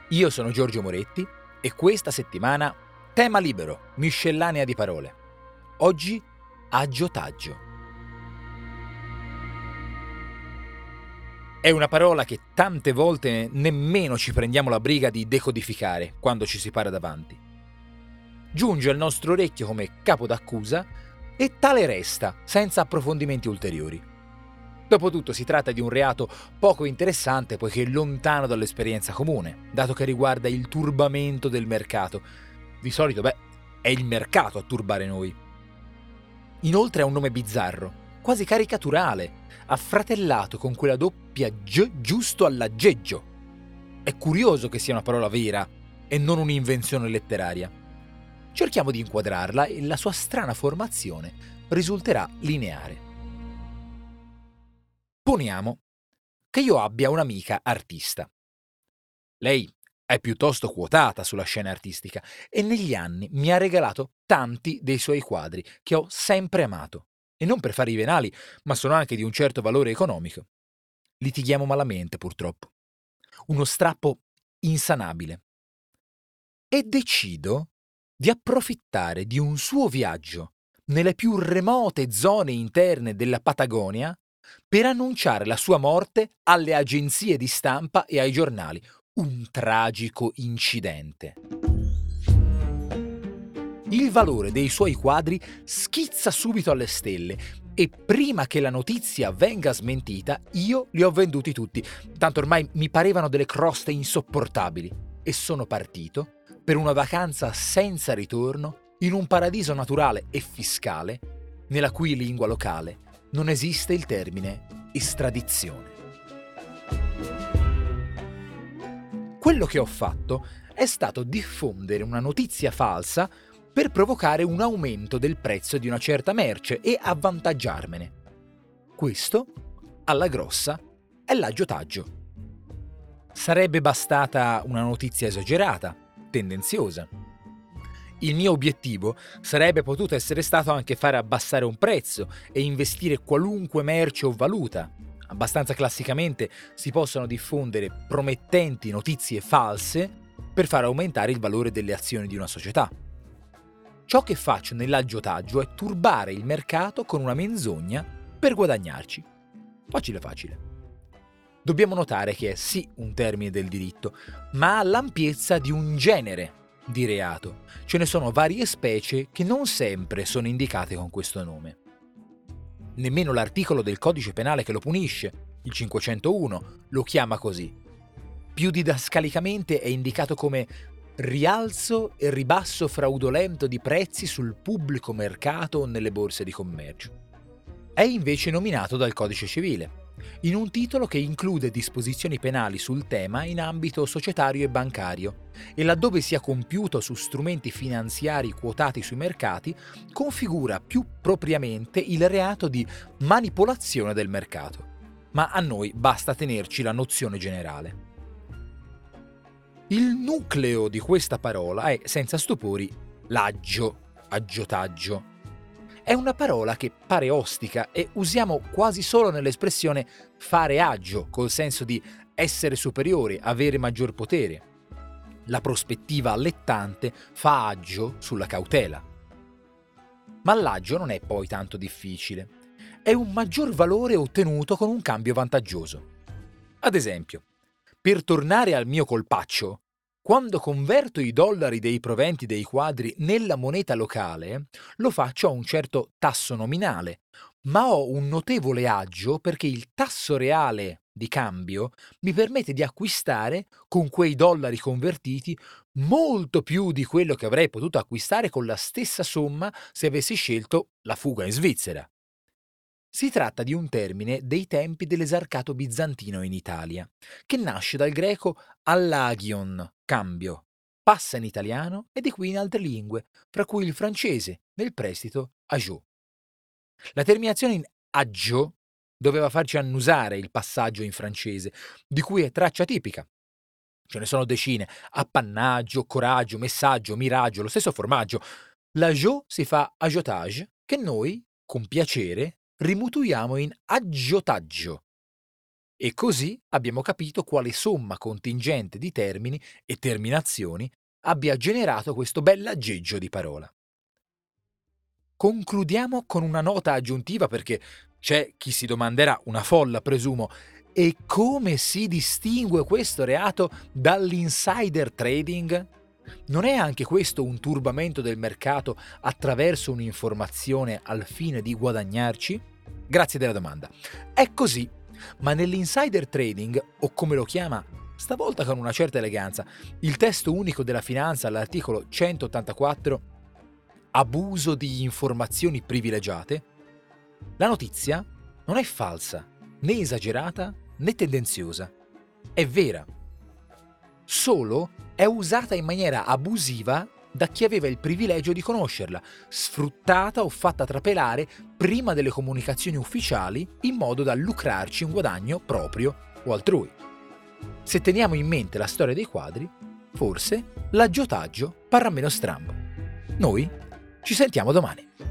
Io sono Giorgio Moretti e questa settimana tema libero, miscellanea di parole. Oggi aggiotaggio. È una parola che tante volte nemmeno ci prendiamo la briga di decodificare quando ci si para davanti. Giunge al nostro orecchio come capo d'accusa e tale resta, senza approfondimenti ulteriori. Dopotutto si tratta di un reato poco interessante poiché lontano dall'esperienza comune, dato che riguarda il turbamento del mercato. Di solito, è il mercato a turbare noi. Inoltre ha un nome bizzarro, quasi caricaturale, affratellato con quella doppia G giusto all'aggeggio. È curioso che sia una parola vera e non un'invenzione letteraria. Cerchiamo di inquadrarla e la sua strana formazione risulterà lineare. Poniamo che io abbia un'amica artista. Lei è piuttosto quotata sulla scena artistica e negli anni mi ha regalato tanti dei suoi quadri che ho sempre amato. E non per fare i venali, ma sono anche di un certo valore economico. Litighiamo malamente, purtroppo. Uno strappo insanabile. E decido di approfittare di un suo viaggio nelle più remote zone interne della Patagonia per annunciare la sua morte alle agenzie di stampa e ai giornali. Un tragico incidente. Il valore dei suoi quadri schizza subito alle stelle e prima che la notizia venga smentita io li ho venduti tutti, tanto ormai mi parevano delle croste insopportabili e sono partito per una vacanza senza ritorno in un paradiso naturale e fiscale nella cui lingua locale non esiste il termine estradizione. Quello che ho fatto è stato diffondere una notizia falsa per provocare un aumento del prezzo di una certa merce e avvantaggiarmene. Questo, alla grossa, è l'aggiotaggio. Sarebbe bastata una notizia esagerata, tendenziosa. Il mio obiettivo sarebbe potuto essere stato anche fare abbassare un prezzo e investire qualunque merce o valuta. Abbastanza classicamente si possono diffondere promettenti notizie false per far aumentare il valore delle azioni di una società. Ciò che faccio nell'aggiotaggio è turbare il mercato con una menzogna per guadagnarci. Facile facile. Dobbiamo notare che è sì un termine del diritto, ma ha l'ampiezza di un genere di reato. Ce ne sono varie specie che non sempre sono indicate con questo nome. Nemmeno l'articolo del codice penale che lo punisce, il 501, lo chiama così. Più didascalicamente è indicato come rialzo e ribasso fraudolento di prezzi sul pubblico mercato o nelle borse di commercio. È invece nominato dal codice civile, in un titolo che include disposizioni penali sul tema in ambito societario e bancario, e laddove sia compiuto su strumenti finanziari quotati sui mercati, configura più propriamente il reato di manipolazione del mercato. Ma a noi basta tenerci la nozione generale. Il nucleo di questa parola è, senza stupori, aggiotaggio. È una parola che pare ostica e usiamo quasi solo nell'espressione fare aggio, col senso di essere superiore, avere maggior potere. La prospettiva allettante fa aggio sulla cautela. Ma l'aggio non è poi tanto difficile. È un maggior valore ottenuto con un cambio vantaggioso. Ad esempio, per tornare al mio colpaccio, quando converto i dollari dei proventi dei quadri nella moneta locale, lo faccio a un certo tasso nominale, ma ho un notevole agio perché il tasso reale di cambio mi permette di acquistare con quei dollari convertiti molto più di quello che avrei potuto acquistare con la stessa somma se avessi scelto la fuga in Svizzera. Si tratta di un termine dei tempi dell'esarcato bizantino in Italia, che nasce dal greco allagion, cambio, passa in italiano e di qui in altre lingue, fra cui il francese, nel prestito agiot. La terminazione in aggio doveva farci annusare il passaggio in francese, di cui è traccia tipica. Ce ne sono decine: appannaggio, coraggio, messaggio, miraggio, lo stesso formaggio. L'agiot si fa agiotage, che noi, con piacere, rimutuiamo in aggiotaggio. E così abbiamo capito quale somma contingente di termini e terminazioni abbia generato questo bell'aggeggio di parola. Concludiamo con una nota aggiuntiva perché c'è chi si domanderà, una folla presumo, e come si distingue questo reato dall'insider trading? Non è anche questo un turbamento del mercato attraverso un'informazione al fine di guadagnarci? Grazie della domanda. È così, ma nell'insider trading, o come lo chiama, stavolta con una certa eleganza, il testo unico della finanza all'articolo 184, abuso di informazioni privilegiate, la notizia non è falsa, né esagerata, né tendenziosa. È vera. Solo è usata in maniera abusiva da chi aveva il privilegio di conoscerla, sfruttata o fatta trapelare prima delle comunicazioni ufficiali in modo da lucrarci un guadagno proprio o altrui. Se teniamo in mente la storia dei quadri, forse l'aggiotaggio parrà meno strambo. Noi ci sentiamo domani.